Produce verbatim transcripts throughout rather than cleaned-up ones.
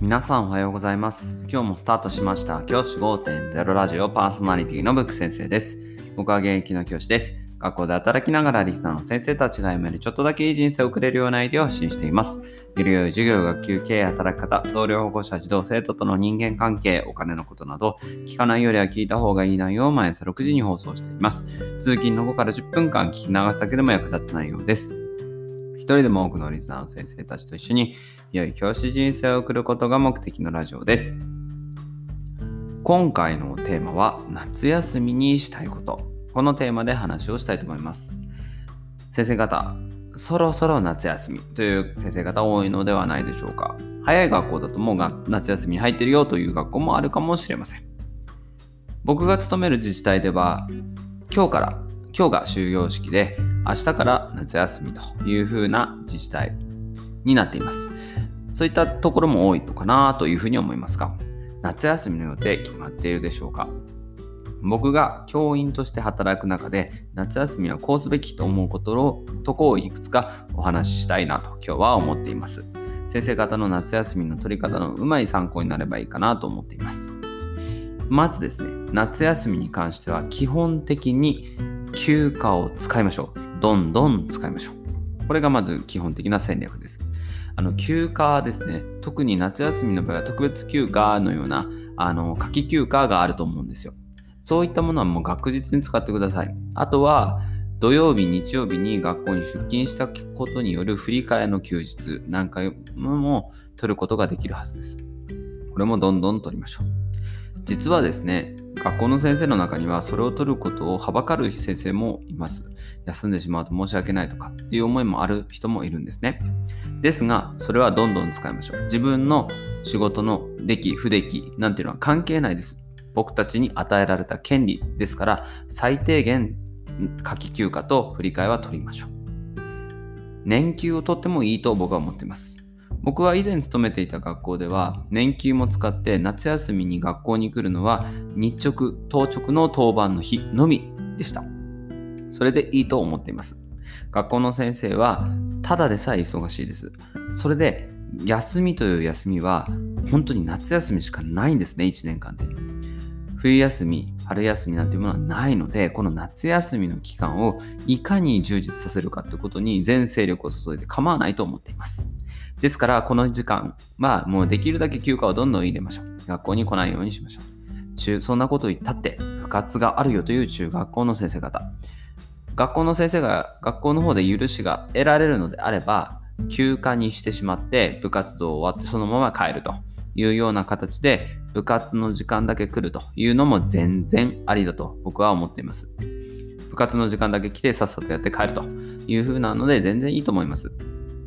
皆さんおはようございます。今日もスタートしました教師 ごてんゼロ ラジオパーソナリティのブック先生です。僕は現役の教師です。学校で働きながらリスナーの先生たちが夢よりちょっとだけいい人生を送れるようなアイデアを発信しています。より良い授業、学級経営、働き方、同僚保護者、児童生徒との人間関係、お金のことなど聞かないよりは聞いた方がいい内容を毎朝ろくじに放送しています。通勤のごからじゅっぷんかん聞き流すだけでも役立つ内容です。一人でも多くのリスナーの先生たちと一緒に良い教師人生を送ることが目的のラジオです。今回のテーマは夏休みにしたいこと。このテーマで話をしたいと思います。先生方、そろそろ夏休みという先生方多いのではないでしょうか。早い学校だともうが夏休みに入ってるよという学校もあるかもしれません。僕が勤める自治体では今日から今日が終業式で明日から夏休みという風な自治体になっています。そういったところも多いのかなというふうに思いますが、夏休みの予定決まっているでしょうか。僕が教員として働く中で夏休みはこうすべきと思うことをとこをいくつかお話ししたいなと今日は思っています。先生方の夏休みの取り方のうまい参考になればいいかなと思っています。まずですね、夏休みに関しては基本的に休暇を使いましょう。どんどん使いましょう。これがまず基本的な戦略です。あの休暇ですね、特に夏休みの場合は特別休暇のようなあの夏季休暇があると思うんですよ。そういったものはもう確実に使ってください。あとは土曜日、日曜日に学校に出勤したことによる振り替えの休日なんかも取ることができるはずです。これもどんどん取りましょう。実はですね、学校の先生の中にはそれを取ることをはばかる先生もいます。休んでしまうと申し訳ないとかっていう思いもある人もいるんですね。ですが、それはどんどん使いましょう。自分の仕事の出来、不出来なんていうのは関係ないです。僕たちに与えられた権利ですから、最低限夏季休暇と振り替えは取りましょう。年休を取ってもいいと僕は思っています。僕は以前勤めていた学校では年休も使って夏休みに学校に来るのは日直、当直の当番の日のみでした。それでいいと思っています。学校の先生はただでさえ忙しいです。それで休みという休みは本当に夏休みしかないんですね、いちねんかんで。冬休み、春休みなんていうものはないので、この夏休みの期間をいかに充実させるかということに全精力を注いで構わないと思っています。ですからこの時間はもうできるだけ休暇をどんどん入れましょう。学校に来ないようにしましょう。中そんなことを言ったって部活があるよという中学校の先生方、学校の先生が学校の方で許しが得られるのであれば休暇にしてしまって部活動終わってそのまま帰るというような形で部活の時間だけ来るというのも全然ありだと僕は思っています。部活の時間だけ来てさっさとやって帰るという風なので全然いいと思います。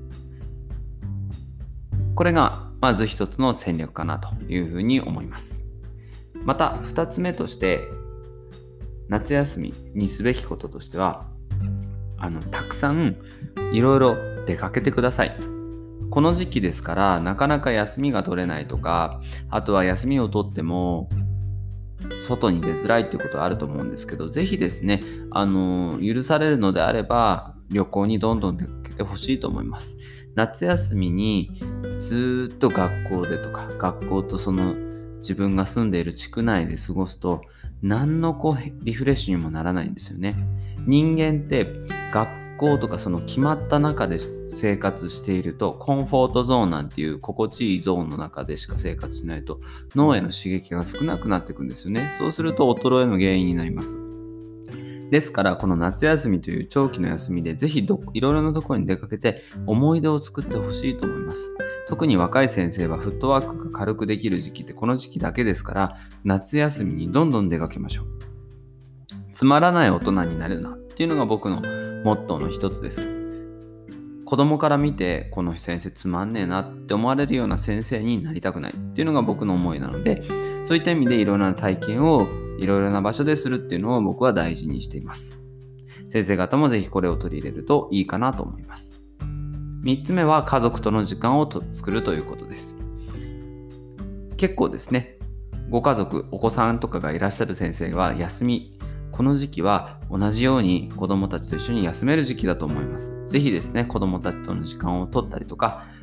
これがまず一つの戦略かなというふうに思います。また二つ目として夏休みにすべきこととしてはあのたくさんいろいろ出かけてください。この時期ですからなかなか休みが取れないとか、あとは休みを取っても外に出づらいということはあると思うんですけど、ぜひですねあの許されるのであれば旅行にどんどん出かけてほしいと思います。夏休みにずっと学校でとか学校とその自分が住んでいる地区内で過ごすと何のこうリフレッシュにもならないんですよね。人間って学校とかその決まった中で生活しているとコンフォートゾーンなんていう心地いいゾーンの中でしか生活しないと脳への刺激が少なくなっていくんですよね。そうすると衰えの原因になります。ですからこの夏休みという長期の休みでぜひどいろいろなところに出かけて思い出を作ってほしいと思います。特に若い先生はフットワークが軽くできる時期ってこの時期だけですから、夏休みにどんどん出かけましょう。つまらない大人になるなっていうのが僕のモットーの一つです。子供から見てこの先生つまんねえなって思われるような先生になりたくないっていうのが僕の思いなので、そういった意味でいろいろな体験をいろいろな場所でするっていうのを僕は大事にしています。先生方もぜひこれを取り入れるといいかなと思います。みっつめは家族との時間をと作るということです。結構ですね、ご家族、お子さんとかがいらっしゃる先生は休み、この時期は同じように子どもたちと一緒に休める時期だと思います。ぜひですね、子どもたちとの時間を取ったりとか、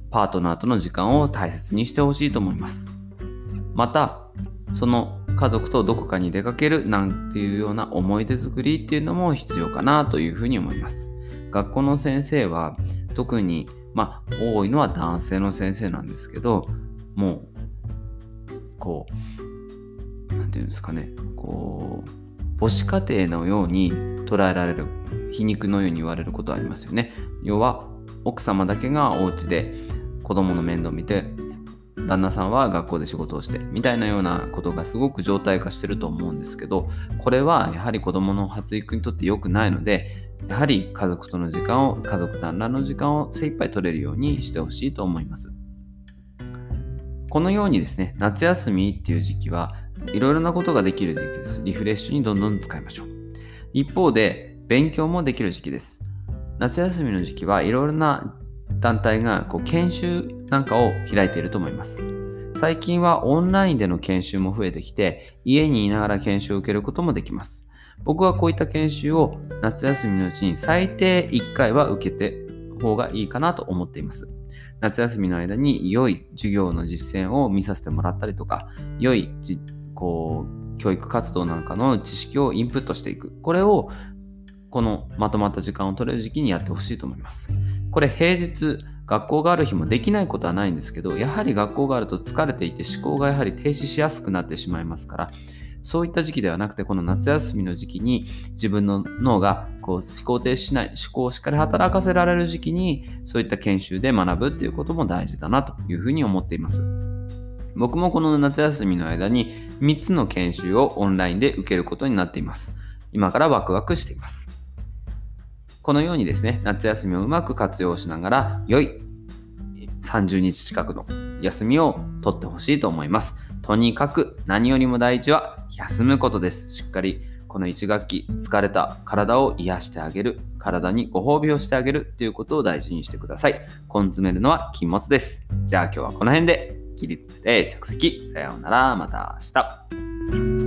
パートナーとの時間を大切にしてほしいと思います。また、その家族とどこかに出かけるなんていうような思い出作りっていうのも必要かなというふうに思います。学校の先生は特に、まあ、多いのは男性の先生なんですけど、もう、こう、なんていうんですかね、こう、母子家庭のように捉えられる、皮肉のように言われることはありますよね。要は、奥様だけがお家で子供の面倒を見て、旦那さんは学校で仕事をしてみたいなようなことがすごく常態化してると思うんですけど、これはやはり子供の発育にとって良くないので、やはり家族との時間を、家族団らんの時間を精一杯取れるようにしてほしいと思います。このようにですね、夏休みっていう時期はいろいろなことができる時期です。リフレッシュにどんどん使いましょう。一方で勉強もできる時期です。夏休みの時期はいろいろな団体がこう研修なんかを開いていると思います。最近はオンラインでの研修も増えてきて、家にいながら研修を受けることもできます。僕はこういった研修を夏休みのうちに最低いっかいは受けて方がいいかなと思っています。夏休みの間に良い授業の実践を見させてもらったりとか、良いじこう教育活動なんかの知識をインプットしていく。これをこのまとまった時間を取れる時期にやってほしいと思います。これ平日学校がある日もできないことはないんですけど、やはり学校があると疲れていて思考がやはり停止しやすくなってしまいますから、そういった時期ではなくて、この夏休みの時期に自分の脳がこう思考停止しない、思考をしっかり働かせられる時期にそういった研修で学ぶっていうことも大事だなというふうに思っています。僕もこの夏休みの間にみっつの研修をオンラインで受けることになっています。今からワクワクしています。このようにですね、夏休みをうまく活用しながら良いさんじゅうにち近くの休みを取ってほしいと思います。とにかく何よりも大事は休むことです。しっかりこのいち学期疲れた体を癒してあげる、体にご褒美をしてあげるということを大事にしてください。根詰めるのは禁物です。じゃあ今日はこの辺で起立で着席。さようなら、また明日。